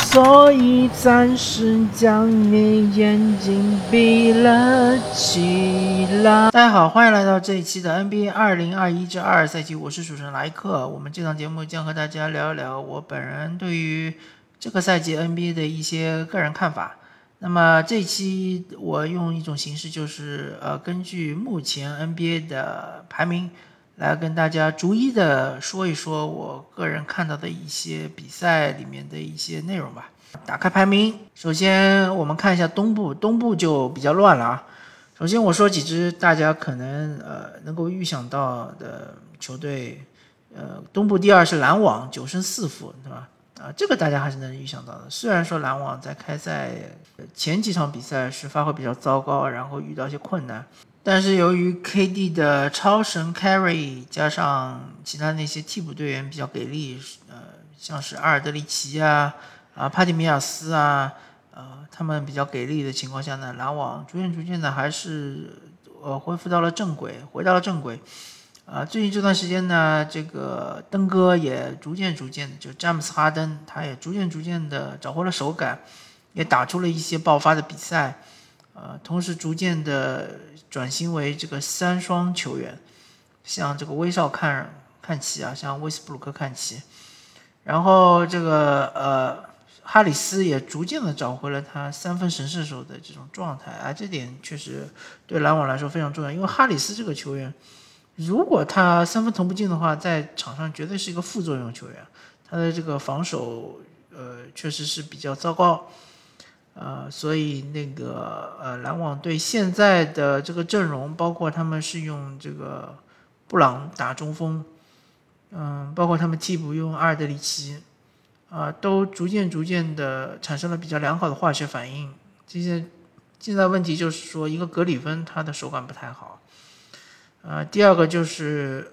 所以暂时将你眼睛闭了起来。大家好，欢迎来到这一期的 NBA 2021-22赛季，我是主持人莱克。我们这档节目将和大家聊一聊我本人对于这个赛季 NBA 的一些个人看法。那么这一期我用一种形式，就是根据目前 NBA 的排名来跟大家逐一的说一说我个人看到的一些比赛里面的一些内容吧。打开排名，首先我们看一下东部就比较乱了啊。首先我说几支大家可能能够预想到的球队，东部第二是篮网，9胜4负，对吧？这个大家还是能预想到的。虽然说篮网在开赛前几场比赛是发挥比较糟糕，然后遇到一些困难，但是由于 KD 的超神 carry 加上其他那些替补队员比较给力，像是阿尔德里奇帕蒂米亚斯他们比较给力的情况下呢，篮网逐渐的还是回到了正轨。最近这段时间呢，这个登哥也逐渐的，就詹姆斯哈登，他也逐渐的找回了手感，也打出了一些爆发的比赛，同时逐渐的转型为这个三双球员，像这个威少看齐像威斯布鲁克看齐，然后这个哈里斯也逐渐的找回了他三分神射手的这种状态这点确实对篮网来说非常重要，因为哈里斯这个球员，如果他三分投不进的话，在场上绝对是一个副作用球员，他的这个防守确实是比较糟糕。所以那个篮网队现在的这个阵容，包括他们是用这个布朗打中锋，包括他们替补用阿尔德里奇，都逐渐的产生了比较良好的化学反应。这些现在问题就是说，一个格里芬他的手感不太好，第二个就是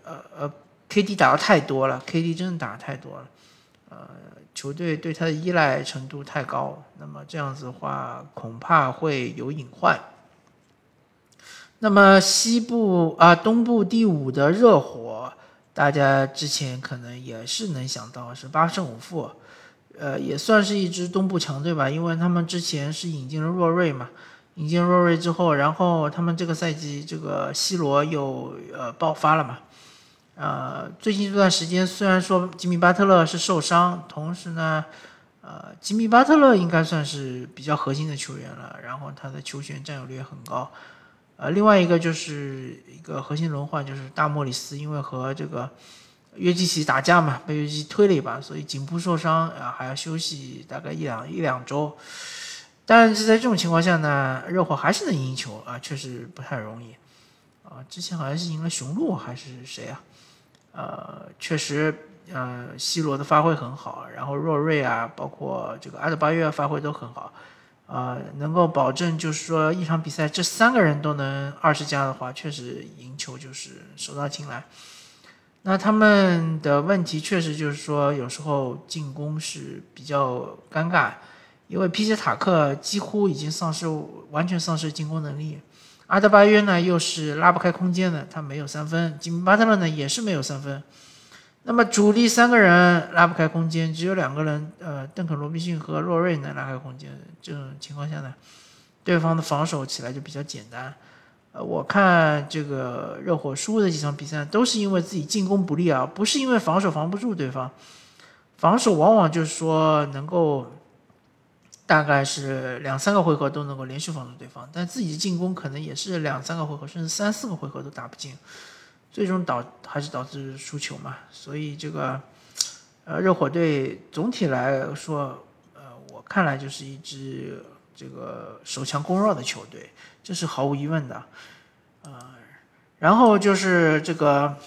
KD 打的太多了 ，KD 真的打的太多了，球队对他的依赖程度太高，那么这样子的话恐怕会有隐患。那么东部第5的热火，大家之前可能也是能想到是8胜5负，也算是一支东部强队吧，因为他们之前是引进了若瑞嘛，引进若瑞之后，然后他们这个赛季这个西罗又爆发了嘛。最近这段时间虽然说吉米巴特勒是受伤，同时呢，吉米巴特勒应该算是比较核心的球员了，然后他的球权占有率也很高。另外一个就是一个核心轮换，就是大莫里斯，因为和这个约基奇打架嘛，被约基奇推了一把，所以颈部受伤还要休息大概一两周。但是在这种情况下呢，热火还是能赢球确实不太容易之前好像是赢了雄鹿还是谁确实西罗的发挥很好，然后若瑞包括这个阿德巴约发挥都很好，能够保证就是说一场比赛这3个人都能20加的话，确实赢球就是手到擒来。那他们的问题确实就是说有时候进攻是比较尴尬，因为皮杰塔克几乎已经完全丧失进攻能力，阿德巴约呢又是拉不开空间的，他没有三分，吉米巴特勒呢也是没有三分，那么主力3个人拉不开空间，只有2个人邓肯罗宾逊和洛瑞能拉开空间，这种情况下呢，对方的防守起来就比较简单。我看这个热火输的几场比赛都是因为自己进攻不利不是因为防守防不住对方，防守往往就是说能够大概是2-3个回合都能够连续防住对方，但自己的进攻可能也是2-3个回合甚至3-4个回合都打不进，最终还是导致输球嘛。所以这个热火队总体来说我看来就是一支这个守强攻弱的球队，这是毫无疑问的然后就是这个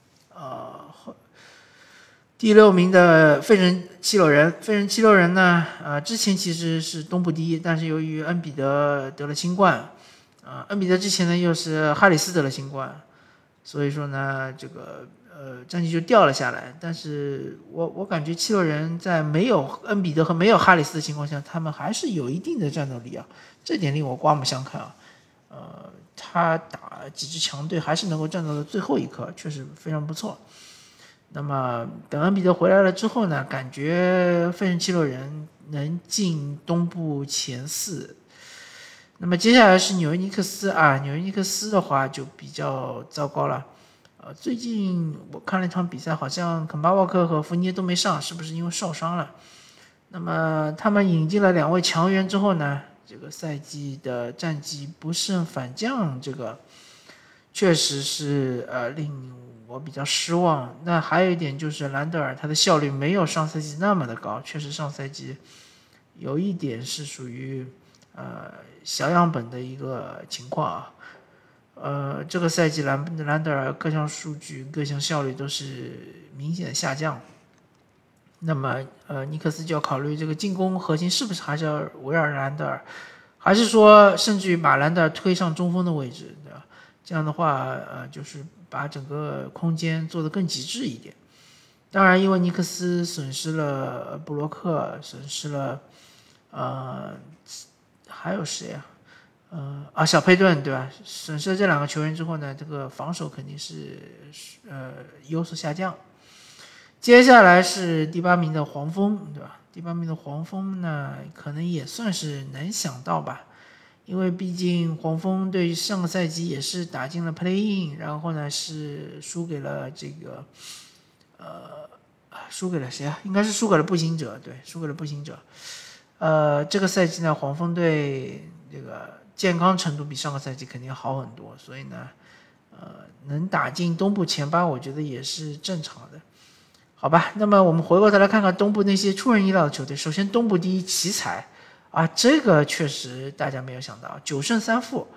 第6名的费城七六人呢之前其实是东部第一，但是由于恩比德得了新冠恩比德之前呢又是哈里斯得了新冠，所以说呢这个战绩就掉了下来。但是我感觉七六人在没有恩比德和没有哈里斯的情况下，他们还是有一定的战斗力这点令我刮目相看他打几支强队还是能够战斗到最后一刻，确实非常不错。 那么等恩比德回来了之后呢，感觉费城七六人能进东部前4。那么接下来是纽约尼克斯啊，纽约尼克斯的话就比较糟糕了。最近我看了一场比赛，好像肯巴沃克和福尼耶都没上，是不是因为受伤了？那么他们引进了2位强援之后呢，这个赛季的战绩不胜反降，这个确实是令我比较失望。那还有一点就是兰德尔他的效率没有上赛季那么的高，确实上赛季有一点是属于小样本的一个情况啊。这个赛季兰德尔各项数据、各项效率都是明显的下降。那么尼克斯就要考虑这个进攻核心是不是还是要围绕兰德尔，还是说甚至于把兰德尔推上中锋的位置，对吧？这样的话就是把整个空间做得更极致一点。当然因为尼克斯损失了布洛克，损失了还有谁啊？小佩顿，对吧？损失了这2个球员之后呢，这个防守肯定是有所下降。接下来是第8名的黄蜂，对吧？第8名的黄蜂呢，可能也算是能想到吧，因为毕竟黄蜂队上个赛季也是打进了 Play In， 然后呢是输给了这个输给了谁啊？应该是输给了步行者，对，输给了步行者。这个赛季呢，黄蜂队这个健康程度比上个赛季肯定好很多，所以呢，能打进东部前8，我觉得也是正常的。好吧，那么我们回过头来看看东部那些出人意料的球队。首先，东部第一奇才啊，这个确实大家没有想到，9胜3负。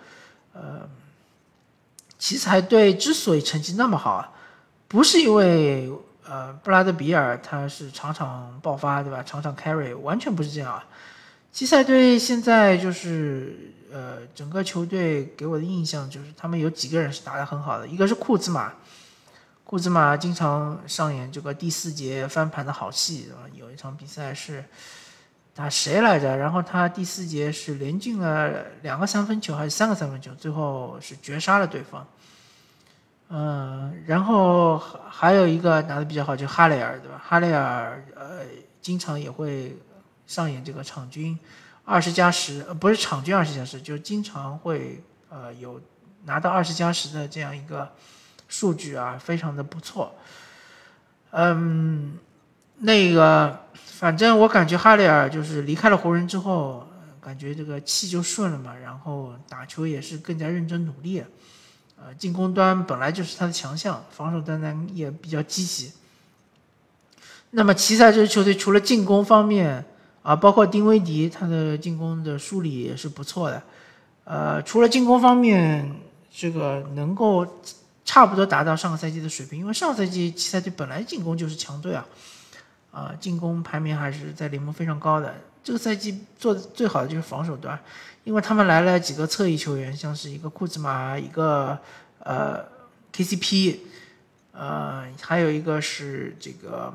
奇才队之所以成绩那么好啊，不是因为布拉德比尔他是场场爆发，对吧？场场 carry， 完全不是这样啊。奇才队现在就是整个球队给我的印象就是他们有几个人是打得很好的，一个是库兹马经常上演这个第4节翻盘的好戏，对吧？有一场比赛是打谁来着？然后他第4节是连进了2个3分球还是3个3分球，最后是绝杀了对方。然后还有一个打得比较好，就是哈雷尔，对吧？哈雷尔经常也会上演这个场均20+10，不是场均20+10，就经常会有拿到20+10的这样一个数据啊，非常的不错。那个反正我感觉哈雷尔就是离开了湖人之后，感觉这个气就顺了嘛，然后打球也是更加认真努力。进攻端本来就是他的强项，防守端呢也比较积极。那么奇才这支球队除了进攻方面包括丁威迪他的进攻的梳理也是不错的。除了进攻方面，这个能够差不多达到上个赛季的水平，因为上个赛季奇才队本来进攻就是强队进攻排名还是在联盟非常高的。这个赛季做的最好的就是防守端，因为他们来了几个侧翼球员，像是一个库兹马，一个KCP，还有一个是这个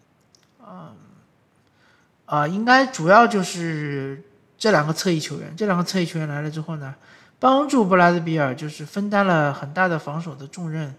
应该主要就是这2个侧翼球员。这2个侧翼球员来了之后呢，帮助布拉德比尔就是分担了很大的防守的重任。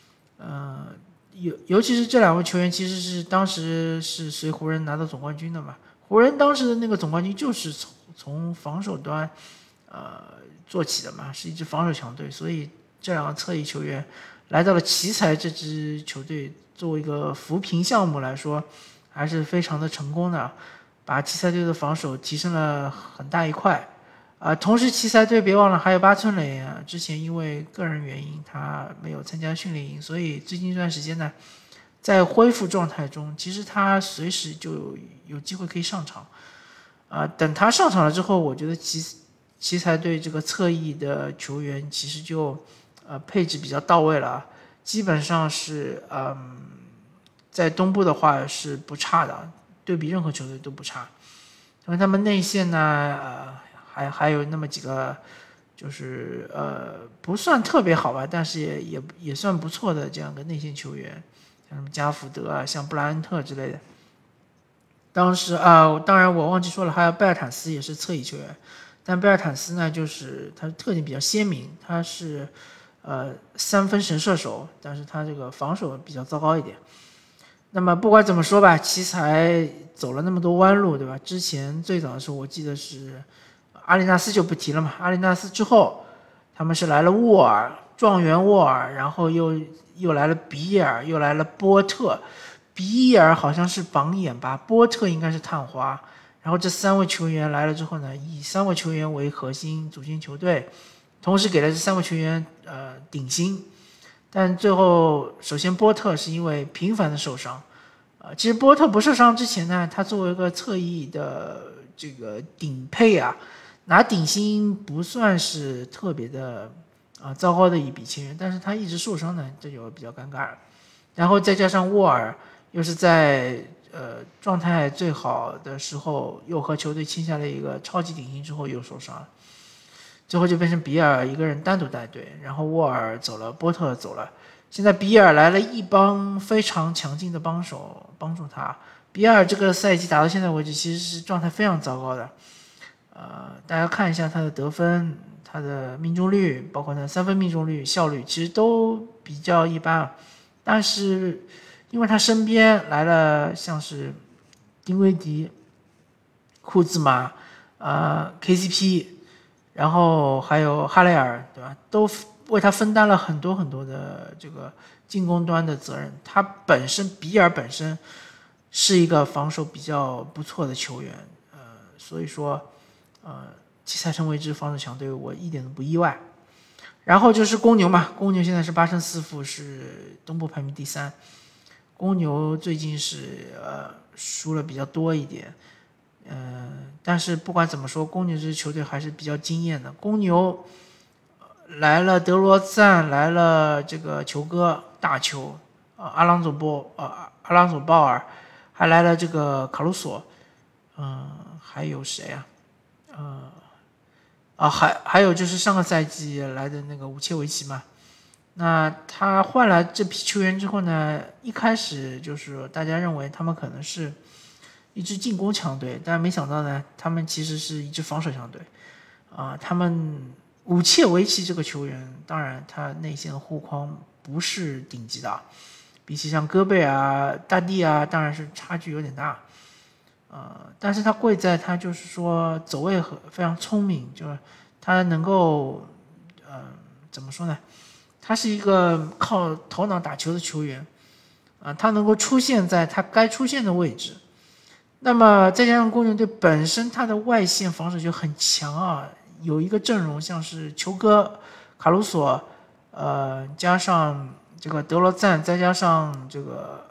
尤其是这2位球员其实是当时是随湖人拿到总冠军的嘛。湖人当时的那个总冠军就是从防守端做起的嘛，是一支防守强队，所以这2个侧翼球员来到了奇才这支球队，作为一个扶贫项目来说还是非常的成功的，把奇才队的防守提升了很大一块。同时奇才队别忘了还有八村垒之前因为个人原因他没有参加训练营，所以最近一段时间呢在恢复状态中，其实他随时就有机会可以上场。等他上场了之后，我觉得奇才队这个侧翼的球员其实就配置比较到位了，基本上是在东部的话是不差的，对比任何球队都不差。因为他们内线呢还有那么几个就是不算特别好吧，但是也算不错的这样个内线球员，像什么加福德像布莱恩特之类的。当然我忘记说了，还有贝尔坦斯也是侧翼球员，但贝尔坦斯呢，就是他的特点比较鲜明，他是3分神射手，但是他这个防守比较糟糕一点。 那么不管怎么说吧，奇才走了那么多弯路，对吧？之前最早的时候，我记得是阿里纳斯就不提了嘛。阿里纳斯之后，他们是来了沃尔，状元沃尔，然后又来了比尔，又来了波特。比尔好像是榜眼吧，波特应该是探花。然后这3位球员来了之后呢，以3位球员为核心组建球队，同时给了这3位球员顶薪。但最后，首先波特是因为频繁的受伤，其实波特不受伤之前呢，他作为一个侧翼的这个顶配啊，拿顶薪不算是特别的糟糕的一笔签约，但是他一直受伤呢，这就比较尴尬了。然后再加上沃尔又是在状态最好的时候，又和球队签下了一个超级顶薪之后又受伤了。最后就变成比尔一个人单独带队，然后沃尔走了，波特走了，现在比尔来了一帮非常强劲的帮手帮助他。比尔这个赛季打到现在为止其实是状态非常糟糕的，大家看一下他的得分、他的命中率，包括他的3分命中率、效率，其实都比较一般。但是因为他身边来了像是丁威迪、库兹马、KCP。然后还有哈雷尔，对吧？都为他分担了很多很多的这个进攻端的责任。他本身比尔本身是一个防守比较不错的球员，所以说，奇才成为一支防守强队，我一点都不意外。然后就是公牛嘛，公牛现在是8胜4负，是东部排名第3。公牛最近是输了比较多一点。但是不管怎么说，公牛这支球队还是比较惊艳的。公牛来了德罗赞，来了这个球哥大球，阿朗佐鲍尔，还来了这个卡鲁索，还有谁啊？还有就是上个赛季来的那个武切维奇嘛。那他换来这批球员之后呢，一开始就是大家认为他们可能是一支进攻强队，但没想到呢，他们其实是一支防守强队。他们武切维奇这个球员，当然他内线的护框不是顶级的，比起像戈贝啊、大帝啊，当然是差距有点大。但是他贵在他就是说走位非常聪明，就是他能够，怎么说呢？他是一个靠头脑打球的球员，他能够出现在他该出现的位置。那么再加上公牛队本身他的外线防守就很强啊，有一个阵容像是球哥、卡鲁索，加上这个德罗赞，再加上这个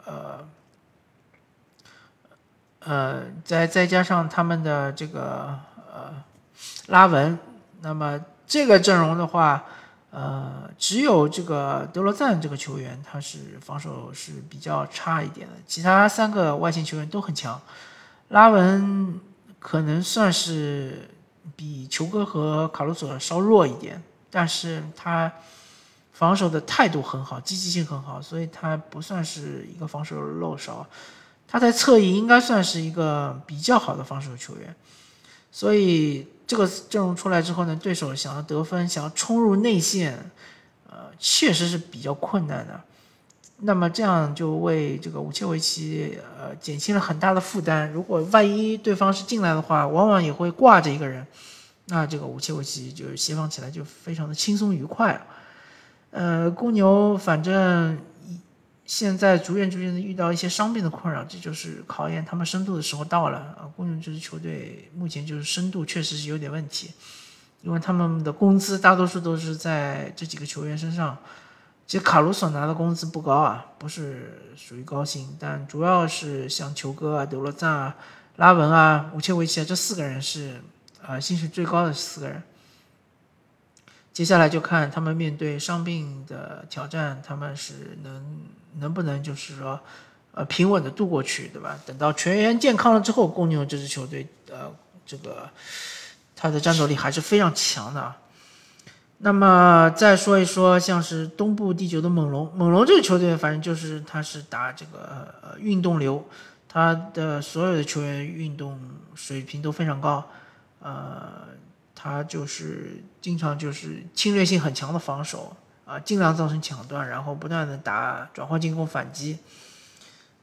再加上他们的这个拉文，那么这个阵容的话，只有这个德罗赞这个球员他是防守是比较差一点的，其他3个外线球员都很强。拉文可能算是比球哥和卡鲁索稍弱一点，但是他防守的态度很好，积极性很好，所以他不算是一个防守漏勺。他在侧翼应该算是一个比较好的防守球员，所以这个阵容出来之后呢，对手想要得分，想要冲入内线，确实是比较困难的。那么这样就为这个武切维奇减轻了很大的负担。如果万一对方是进来的话，往往也会挂着一个人，那这个武切维奇就是协防起来就非常的轻松愉快了。公牛反正现在逐渐的遇到一些伤病的困扰，这就是考验他们深度的时候到了。公牛这支球队目前就是深度确实是有点问题，因为他们的工资大多数都是在这几个球员身上。其实卡鲁索拿的工资不高啊，不是属于高薪，但主要是像球哥啊、德罗赞啊、拉文啊、武切维奇啊这4个人是薪水最高的4个人。接下来就看他们面对伤病的挑战，他们是能不能就是说平稳的度过去，对吧？等到全员健康了之后，公牛这支球队这个他的战斗力还是非常强的。那么再说一说像是东部第9的猛龙这个球队，反正就是他是打这个运动流，他的所有的球员运动水平都非常高，他就是经常就是侵略性很强的防守尽量造成抢断，然后不断的打转换进攻反击，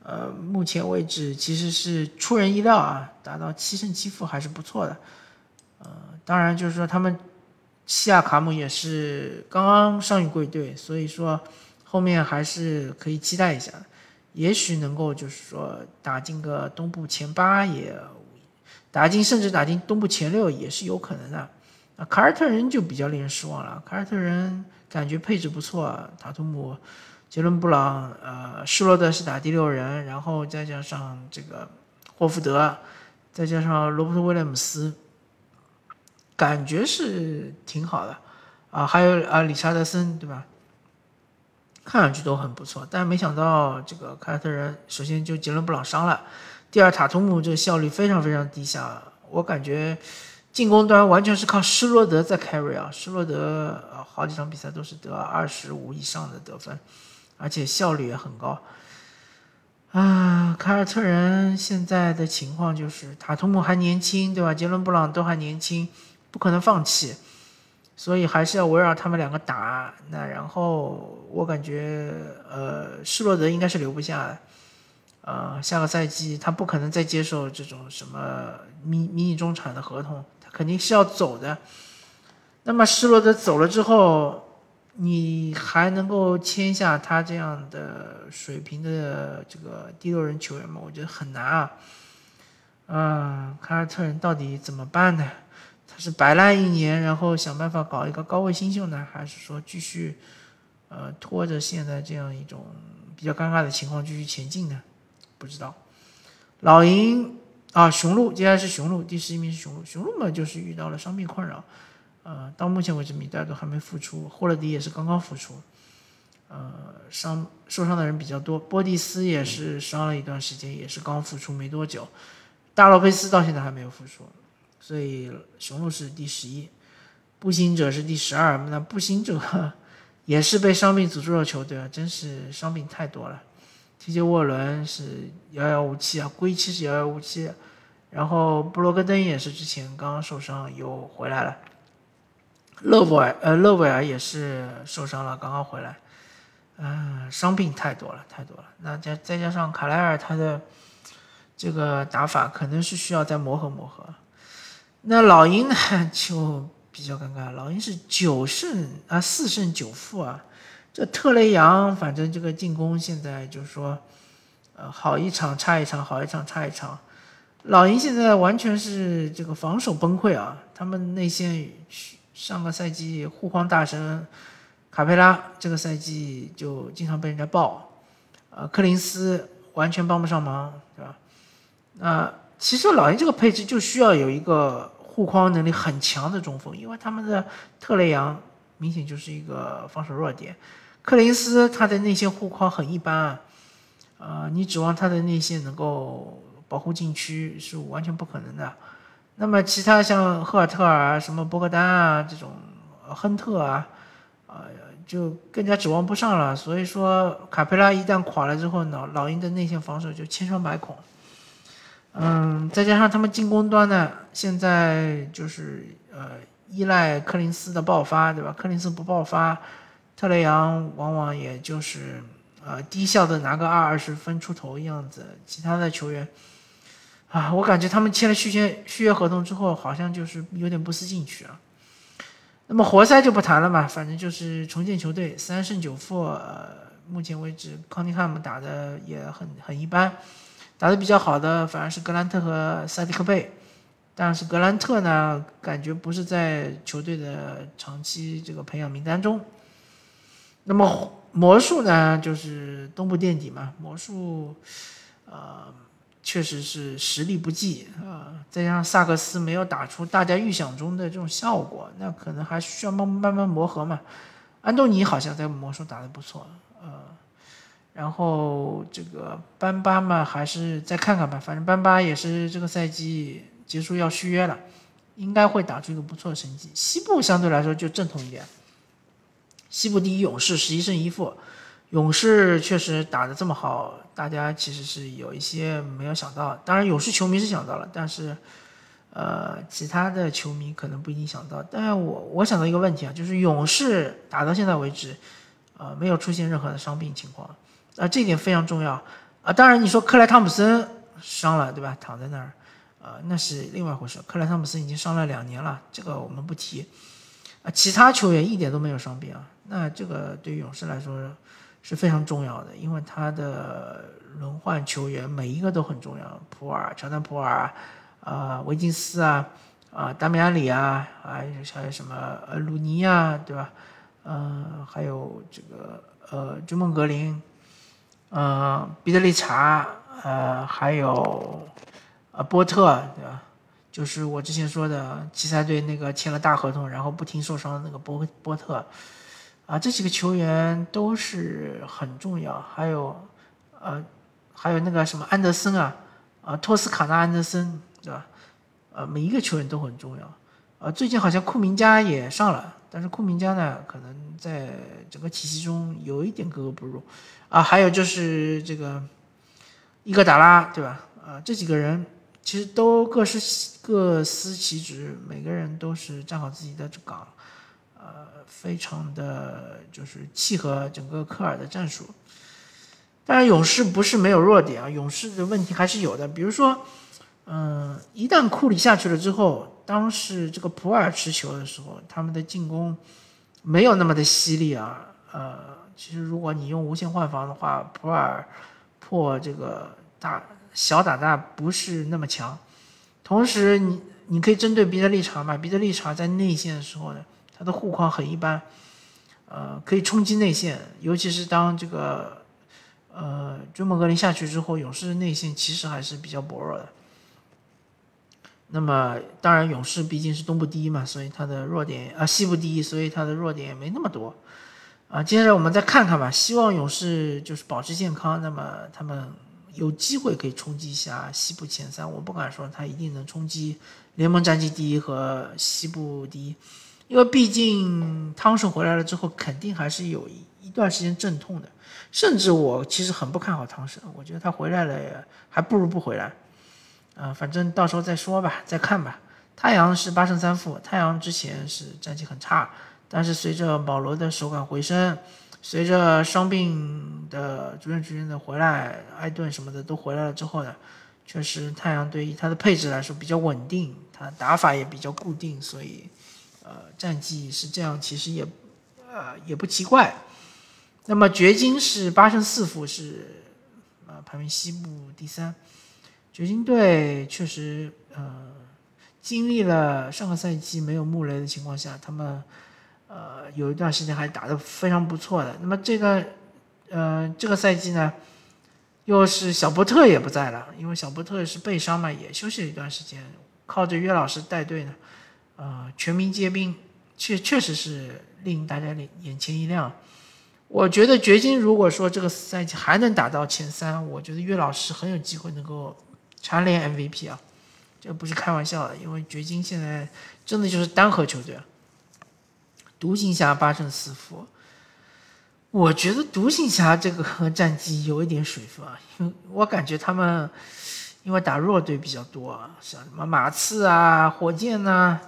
目前为止其实是出人意料啊，达到7胜7负还是不错的。当然就是说他们西亚卡姆也是刚刚伤愈归队，所以说后面还是可以期待一下，也许能够就是说打进个东部前8，甚至打进东部前6也是有可能的。凯尔特人就比较令人失望了，凯尔特人感觉配置不错，塔图姆、杰伦布朗、施罗德是打第6人，然后再加上这个霍福德，再加上罗伯特威廉姆斯，感觉是挺好的啊，还有理查德森，对吧？看上去都很不错，但没想到这个凯尔特人首先就杰伦布朗伤了，第二塔图姆这个效率非常非常低下，我感觉进攻端完全是靠施罗德在 carry 啊，施罗德好几场比赛都是得25以上的得分，而且效率也很高。凯尔特人现在的情况就是塔图姆还年轻，对吧？杰伦布朗都还年轻，不可能放弃，所以还是要围绕他们两个打。那然后我感觉施罗德应该是留不下的。下个赛季他不可能再接受这种什么迷你中产的合同，他肯定是要走的。那么施罗德走了之后，你还能够签下他这样的水平的这个第6人球员吗？我觉得很难啊。凯尔特人到底怎么办呢？他是摆烂1年，然后想办法搞一个高位新秀呢，还是说继续拖着现在这样一种比较尴尬的情况继续前进呢？不知道。老鹰雄鹿，接下来是雄鹿，第11名是雄鹿。雄鹿嘛，就是遇到了伤病困扰，到目前为止米代都还没复出，霍勒迪也是刚刚复出，受伤的人比较多，波蒂斯也是伤了一段时间，也是刚复出没多久，大洛佩斯到现在还没有复出，所以雄鹿是第11，步行者是第12，那步行者也是被伤病诅咒的球队啊，真是伤病太多了。TJ 沃伦是遥遥无期啊，归期是遥遥无期，然后布罗格登也是之前刚刚受伤又回来了，勒维尔也是受伤了刚刚回来，伤病太多了。那再加上卡莱尔他的这个打法可能是需要再磨合。那老鹰呢就比较尴尬，老鹰是4胜9负啊。这特雷杨反正这个进攻现在就是说好一场差一场，好一场差一场。老鹰现在完全是这个防守崩溃啊，他们内线上个赛季护框大神卡佩拉这个赛季就经常被人家爆，柯林斯完全帮不上忙，对吧？那其实老鹰这个配置就需要有一个护框能力很强的中锋，因为他们的特雷杨明显就是一个防守弱点，柯林斯他的内线护框很一般你指望他的内线能够保护禁区是完全不可能的。那么其他像赫尔特尔、什么博格丹这种亨特就更加指望不上了。所以说卡佩拉一旦垮了之后呢，老鹰的内线防守就千疮百孔。再加上他们进攻端呢，现在就是依赖柯林斯的爆发，对吧？柯林斯不爆发，特雷杨往往也就是低效的拿个20分出头样子。其他的球员我感觉他们签了续约合同之后，好像就是有点不思进取啊。那么活塞就不谈了嘛，反正就是重建球队，3胜9负。目前为止，康尼汉姆打的也很一般，打的比较好的反而是格兰特和萨迪克贝。但是格兰特呢，感觉不是在球队的长期这个培养名单中。那么魔术呢，就是东部垫底嘛，魔术确实是实力不济再加上萨克斯没有打出大家预想中的这种效果，那可能还需要慢慢磨合嘛。安东尼好像在魔术打得不错然后这个班巴嘛，还是再看看吧，反正班巴也是这个赛季结束要续约了，应该会打出一个不错的成绩。西部相对来说就正统一点，西部第一勇士11胜1负，勇士确实打得这么好，大家其实是有一些没有想到，当然勇士球迷是想到了，但是其他的球迷可能不一定想到。但我想到一个问题就是勇士打到现在为止没有出现任何的伤病情况这一点非常重要当然你说克莱汤普森伤了对吧，躺在那儿那是另外一回事。克莱汤普森已经伤了2年了，这个我们不提其他球员一点都没有伤病那这个对于勇士来说是非常重要的，因为他的轮换球员每一个都很重要，乔丹普尔维金斯达米安里还有什么鲁尼对吧？还有这个追梦格林，彼得利查，还有波特，对吧？就是我之前说的奇才队那个签了大合同然后不停受伤的那个波特这几个球员都是很重要，还有那个什么安德森托斯卡纳安德森，对吧？每一个球员都很重要最近好像库明加也上了，但是库明加呢可能在整个体系中有一点格格不入还有就是这个伊戈达拉，对吧？这几个人其实都各司其职，每个人都是站好自己的岗非常的就是契合整个科尔的战术。当然勇士不是没有弱点勇士的问题还是有的，比如说一旦库里下去了之后，当时这个普尔持球的时候，他们的进攻没有那么的犀利其实如果你用无限换防的话，普尔破这个小打大不是那么强。同时你可以针对彼得利查嘛，彼得利查在内线的时候呢，他的护框很一般可以冲击内线，尤其是当这个追梦格林下去之后，勇士的内线其实还是比较薄弱的。那么当然勇士毕竟是东部第一嘛，所以他的弱点西部第一，所以他的弱点也没那么多接着我们再看看吧，希望勇士就是保持健康，那么他们有机会可以冲击一下西部前3，我不敢说他一定能冲击联盟战绩第1和西部第1，因为毕竟汤神回来了之后肯定还是有一段时间阵痛的，甚至我其实很不看好汤神，我觉得他回来了还不如不回来反正到时候再说吧，再看吧。太阳是8胜3负，太阳之前是战绩很差，但是随着保罗的手感回升，随着伤病的逐渐的回来，艾顿什么的都回来了之后呢，确实太阳对于他的配置来说比较稳定，他打法也比较固定，所以战绩是这样，其实也不奇怪。那么掘金是8胜4负，是排名西部第3。掘金队确实经历了上个赛季没有穆雷的情况下，他们有一段时间还打得非常不错的。那么这个赛季呢，又是小波特也不在了，因为小波特是背伤嘛，也休息了一段时间，靠着约老师带队呢全民皆兵，确实是令大家眼前一亮。我觉得掘金如果说这个赛季还能打到前3，我觉得约老师很有机会能够蝉联 MVP 这不是开玩笑的，因为掘金现在真的就是单核球队独行侠8胜4负，我觉得独行侠这个战绩有一点水分因为我感觉他们因为打弱队比较多像什么马刺火箭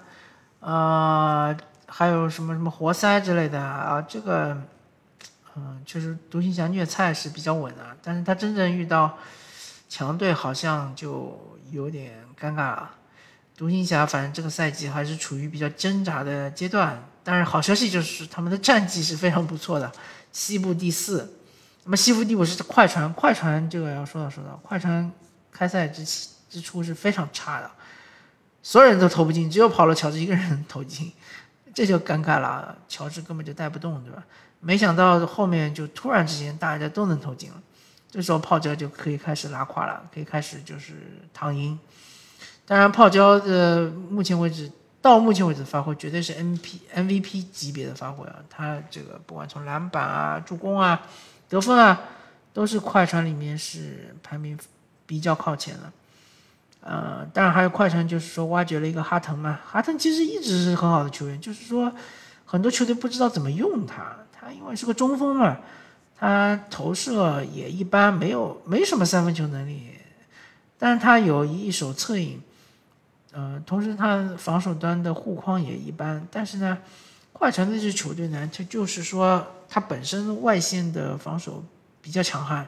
还有什么活塞之类的这个确实独行侠虐菜是比较稳的，但是他真正遇到强队好像就有点尴尬了。独行侠反正这个赛季还是处于比较挣扎的阶段，但是好消息就是他们的战绩是非常不错的，西部第4。那么西部第5是快船这个要说到，快船开赛之初是非常差的，所有人都投不进，只有保罗乔治一个人投进，这就尴尬了，乔治根本就带不动，对吧？没想到后面就突然之间大家都能投进了，这时候泡椒就可以开始拉胯了，可以开始就是躺赢。当然泡椒的到目前为止发挥绝对是 MVP 级别的发挥他这个不管从篮板助攻得分都是快船里面是排名比较靠前的。当然还有快船就是说挖掘了一个哈腾嘛，哈腾其实一直是很好的球员，就是说很多球队不知道怎么用他因为是个中锋嘛，他投射也一般，没什么三分球能力，但是他有一手策应，同时他防守端的护框也一般，但是呢，快船这支球队呢，它就是说他本身外线的防守比较强悍，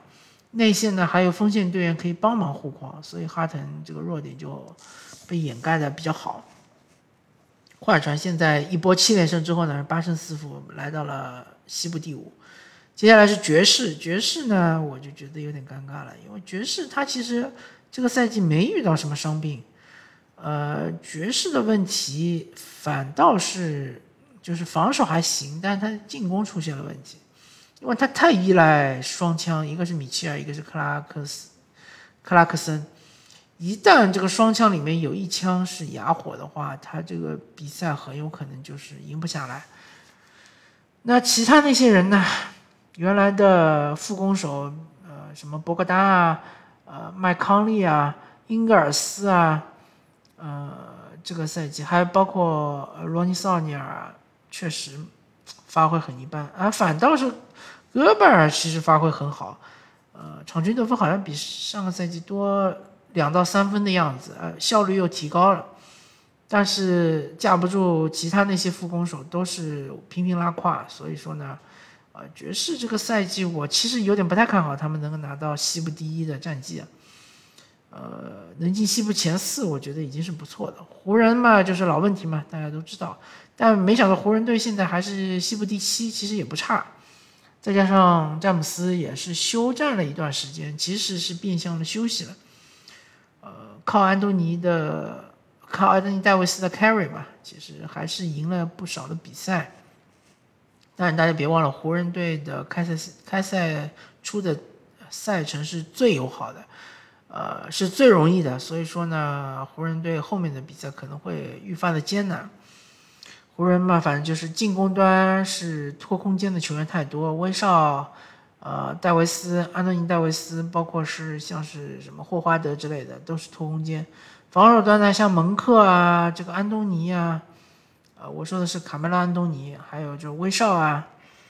内线呢还有锋线队员可以帮忙护框，所以哈腾这个弱点就被掩盖的比较好。快船现在一波7连胜之后呢，8胜4负来到了西部第5。接下来是爵士，爵士呢我就觉得有点尴尬了，因为爵士他其实这个赛季没遇到什么伤病，爵士的问题反倒是就是防守还行，但是他进攻出现了问题，因为他太依赖双枪，一个是米切尔，一个是克拉克森。一旦这个双枪里面有一枪是哑火的话，他这个比赛很有可能就是赢不下来。那其他那些人呢？原来的副攻手，什么博格丹啊，麦康利啊，英格尔斯啊，这个赛季还包括罗尼·萨尼尔，确实发挥很一般，反倒是戈贝尔其实发挥很好，场均得分好像比上个赛季多2到3分的样子，效率又提高了，但是架不住其他那些副攻手都是频频拉胯，所以说呢，爵士这个赛季我其实有点不太看好他们能够拿到西部第1的战绩，能进西部前4，我觉得已经是不错的。湖人嘛，就是老问题嘛，大家都知道，但没想到湖人队现在还是西部第7，其实也不差。再加上詹姆斯也是休战了一段时间，其实是变相的休息了。靠安东尼戴维斯的 carry 嘛，其实还是赢了不少的比赛。但大家别忘了，湖人队的开赛出的赛程是最友好的，是最容易的，所以说呢，湖人队后面的比赛可能会愈发的艰难。湖人嘛，反正就是进攻端是拖空间的球员太多，威少、戴维斯、安东尼戴维斯，包括是像是什么霍华德之类的，都是拖空间。防守端呢，像蒙克啊，这个安东尼啊，我说的是卡梅拉安东尼，还有就是威少啊，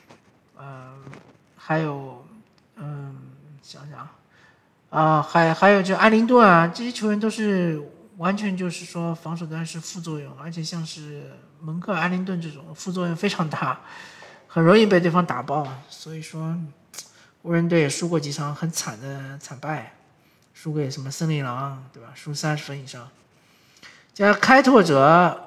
还有想想还有就埃灵顿啊，这些球员都是完全就是说防守端是副作用，而且像是蒙克、埃灵顿这种副作用非常大，很容易被对方打爆，所以说湖人队也输过几场很惨的惨败，输给什么森林狼，对吧？输30分以上。加开拓者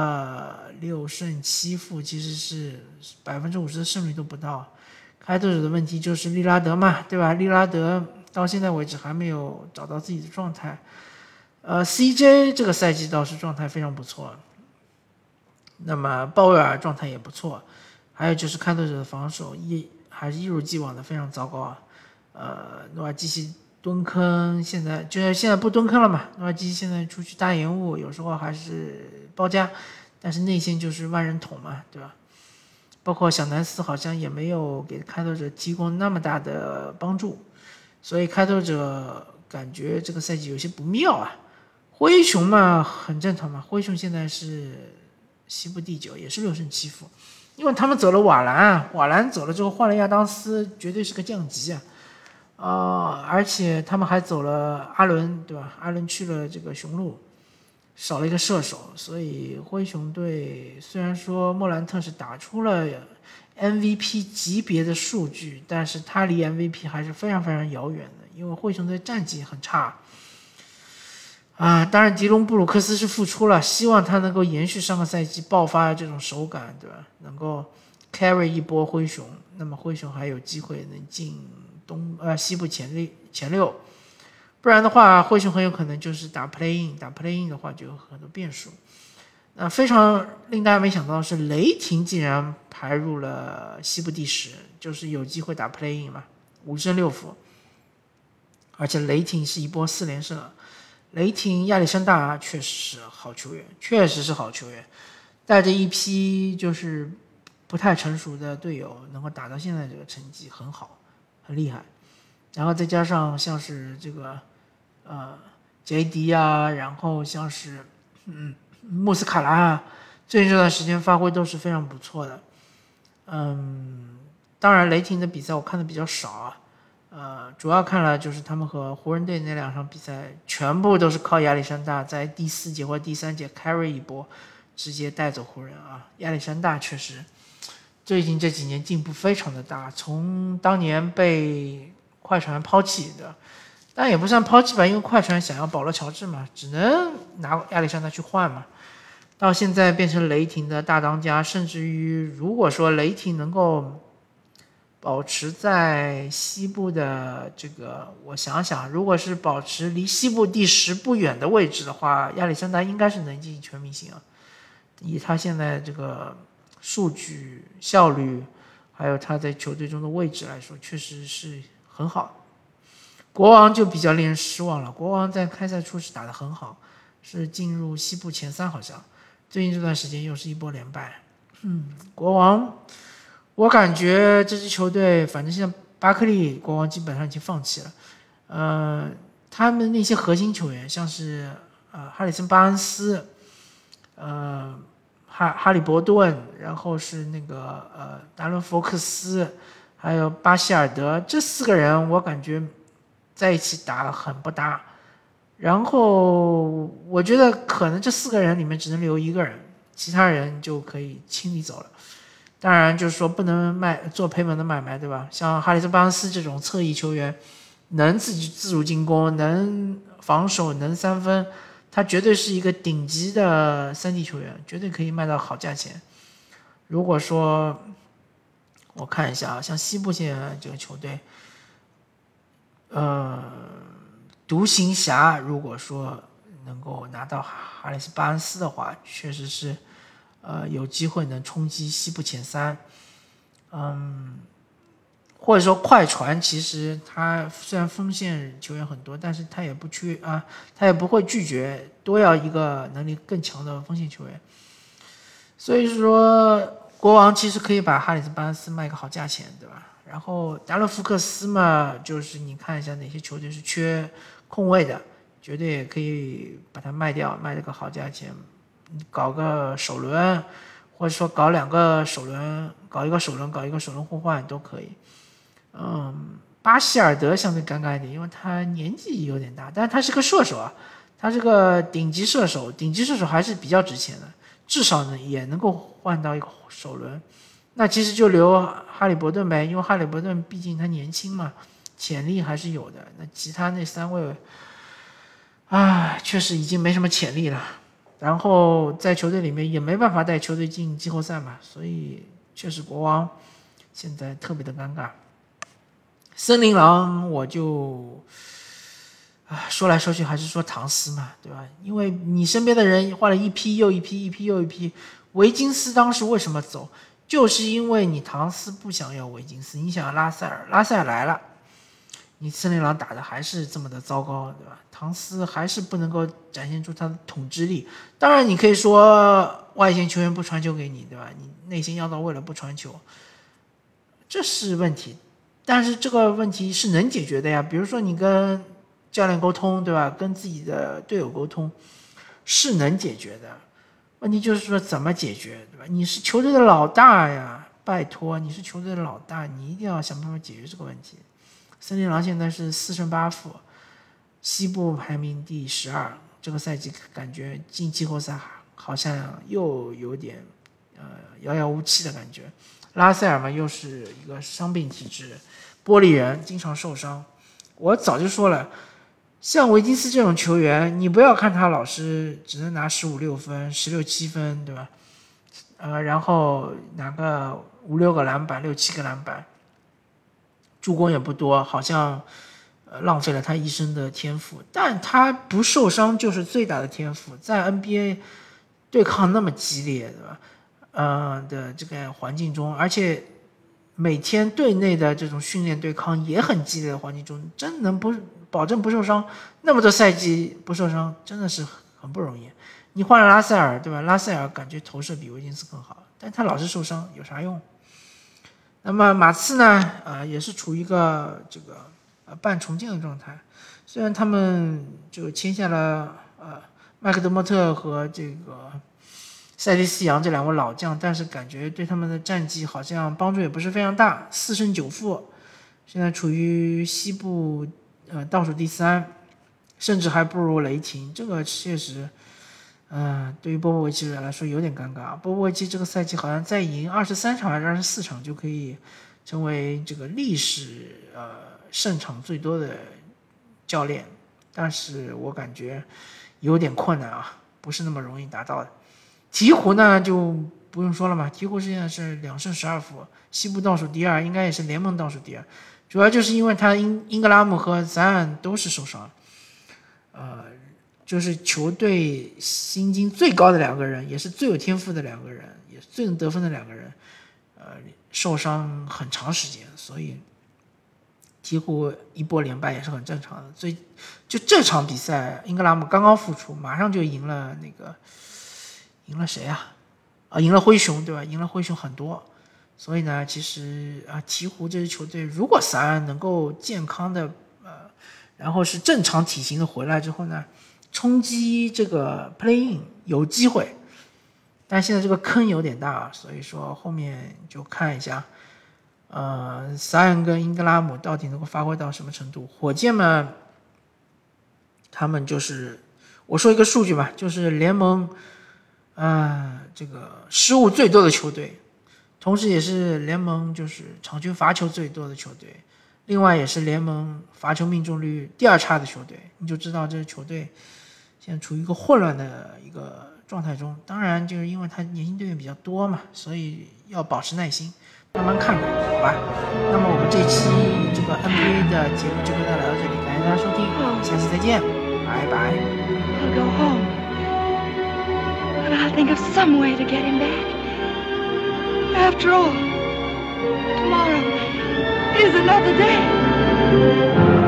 ，6胜7负，其实是50%的胜率都不到。开拓者的问题就是利拉德嘛，对吧？利拉德到现在为止还没有找到自己的状态。CJ 这个赛季倒是状态非常不错，那么鲍威尔状态也不错，还有就是开拓者的防守还是一如既往的非常糟糕。诺瓦基奇蹲坑，现在不蹲坑了嘛？诺瓦基奇现在出去搭延误，有时候还是包夹，但是内线就是万人捅嘛，对吧？包括小南斯好像也没有给开拓者提供那么大的帮助，所以开拓者感觉这个赛季有些不妙啊。灰熊嘛，很正常嘛，灰熊现在是西部第9，也是6胜7负，因为他们走了瓦兰走了之后换了亚当斯，绝对是个降级而且他们还走了阿伦，对吧？阿伦去了这个雄鹿，少了一个射手，所以灰熊队虽然说莫兰特是打出了 MVP 级别的数据，但是他离 MVP 还是非常非常遥远的，因为灰熊队战绩很差。当然迪隆布鲁克斯是复出了，希望他能够延续上个赛季爆发的这种手感，对吧？能够 carry 一波灰熊，那么灰熊还有机会能进西部前6，不然的话灰熊很有可能就是打 play in 的话就有很多变数。那非常令大家没想到的是，雷霆竟然排入了西部第10，就是有机会打 play in 嘛，5胜6负，而且雷霆是一波4连胜了。雷霆亚历山大确实是好球员，带着一批就是不太成熟的队友能够打到现在这个成绩很好，很厉害。然后再加上像是这个JD 啊，然后像是穆斯卡拉啊，最近这段时间发挥都是非常不错的。当然雷霆的比赛我看的比较少主要看了就是他们和湖人队那2场比赛，全部都是靠亚历山大在第4节或第3节 carry 一波，直接带走湖人亚历山大确实最近这几年进步非常的大，从当年被快船抛弃的，但也不算抛弃吧，因为快船想要保罗乔治嘛，只能拿亚历山大去换嘛。到现在变成雷霆的大当家，甚至于如果说雷霆能够保持在西部的这个，我想想，如果是保持离西部第10不远的位置的话，亚历山大应该是能进全明星啊。以他现在这个数据效率，还有他在球队中的位置来说，确实是很好。国王就比较令人失望了，国王在开赛初是打得很好，是进入西部前3好像，最近这段时间又是一波连败。国王，我感觉这支球队，反正现在巴克利国王基本上已经放弃了。他们那些核心球员，像是哈里森巴恩斯，哈利伯顿，然后是那个达伦福克斯，还有巴希尔德，这4个人我感觉在一起打很不搭。然后我觉得可能这4个人里面只能留1个人，其他人就可以清理走了。当然就是说不能做赔本的买卖，对吧？像哈里森巴恩斯这种侧翼球员，能自主进攻，能防守，能3分，他绝对是一个顶级的3D 球员，绝对可以卖到好价钱。如果说我看一下啊，像西部线这个球队，独行侠如果说能够拿到哈里斯巴恩斯的话，确实是有机会能冲击西部前3。或者说快船其实他虽然锋线球员很多，但是他也不会拒绝多要一个能力更强的锋线球员。所以说国王其实可以把哈里斯巴恩斯卖个好价钱，对吧？然后达伦福克斯嘛，就是你看一下哪些球队是缺空位的，绝对也可以把它卖掉，卖这个好价钱，搞个首轮，或者说搞2个首轮，搞一个首轮互换都可以。巴希尔德相对尴尬一点，因为他年纪有点大，但是他是个射手啊，他是个顶级射手还是比较值钱的，至少呢也能够换到一个首轮。那其实就留哈利伯顿呗，因为哈利伯顿毕竟他年轻嘛，潜力还是有的。那其他那3位，确实已经没什么潜力了。然后在球队里面也没办法带球队进季后赛嘛，所以确实国王现在特别的尴尬。森林狼我就说来说去还是说唐斯嘛，对吧？因为你身边的人换了一批又一批，维金斯当时为什么走？就是因为你唐斯不想要维金斯，你想要拉塞尔来了，你森林狼打的还是这么的糟糕，对吧？唐斯还是不能够展现出他的统治力。当然你可以说外线球员不传球给你，对吧？你内线要到位了不传球，这是问题。但是这个问题是能解决的呀，比如说你跟教练沟通，对吧？跟自己的队友沟通是能解决的。问题就是说怎么解决，对吧？你是球队的老大呀，拜托，你是球队的老大，你一定要想办法解决这个问题。森林狼现在是4胜8负，西部排名第12，这个赛季感觉进季后赛好像又有点遥遥无期的感觉。拉塞尔嘛，又是一个伤病体质，玻璃人，经常受伤。我早就说了，像维金斯这种球员，你不要看他老是只能拿15、6分、16、7分，对吧？然后拿个5、6个篮板、6、7个篮板，助攻也不多，好像浪费了他一生的天赋。但他不受伤就是最大的天赋，在 NBA 对抗那么激烈，对吧？的这个环境中，而且每天队内的这种训练对抗也很激烈的环境中，真能不保证不受伤？那么多赛季不受伤，真的是很不容易。你换了拉塞尔，对吧？拉塞尔感觉投射比维金斯更好，但他老是受伤，有啥用？那么马刺呢？也是处于一个这个半重建的状态。虽然他们就签下了麦克德莫特和这个塞蒂斯扬这2位老将，但是感觉对他们的战绩好像帮助也不是非常大，4胜9负，现在处于西部倒数第3，甚至还不如雷霆。这个确实，对于波波维奇来说有点尴尬。波波维奇这个赛季好像再赢23场还是24场就可以成为这个历史胜场最多的教练，但是我感觉有点困难啊，不是那么容易达到的。鹈鹕呢就不用说了嘛，鹈鹕现在是2胜12负，西部倒数第二，应该也是联盟倒数第二。主要就是因为他英格拉姆和赞恩都是受伤，就是球队薪金最高的2个人，也是最有天赋的2个人，也是最能得分的2个人，受伤很长时间，所以鹈鹕一波连败也是很正常的。所以就这场比赛，英格拉姆刚刚复出，马上就赢了谁啊？赢了灰熊，对吧？赢了灰熊很多。所以呢，其实鹈鹕这支球队，如果萨恩能够健康的然后是正常体型的回来之后呢，冲击这个 play in 有机会，但现在这个坑有点大，所以说后面就看一下，萨恩跟英格拉姆到底能够发挥到什么程度。火箭嘛，他们就是我说一个数据吧，就是联盟这个失误最多的球队。同时也是联盟就是场均罚球最多的球队，另外也是联盟罚球命中率第2差的球队，你就知道这支球队现在处于一个混乱的一个状态中。当然就是因为他年轻队员比较多嘛，所以要保持耐心，慢慢看吧，好吧。那么我们这期这个 NBA 的节目就跟大家聊到这里，感谢大家收听，下期再见，拜拜。 I'll go home, but I'll think of some way to get him back.After all, tomorrow is another day.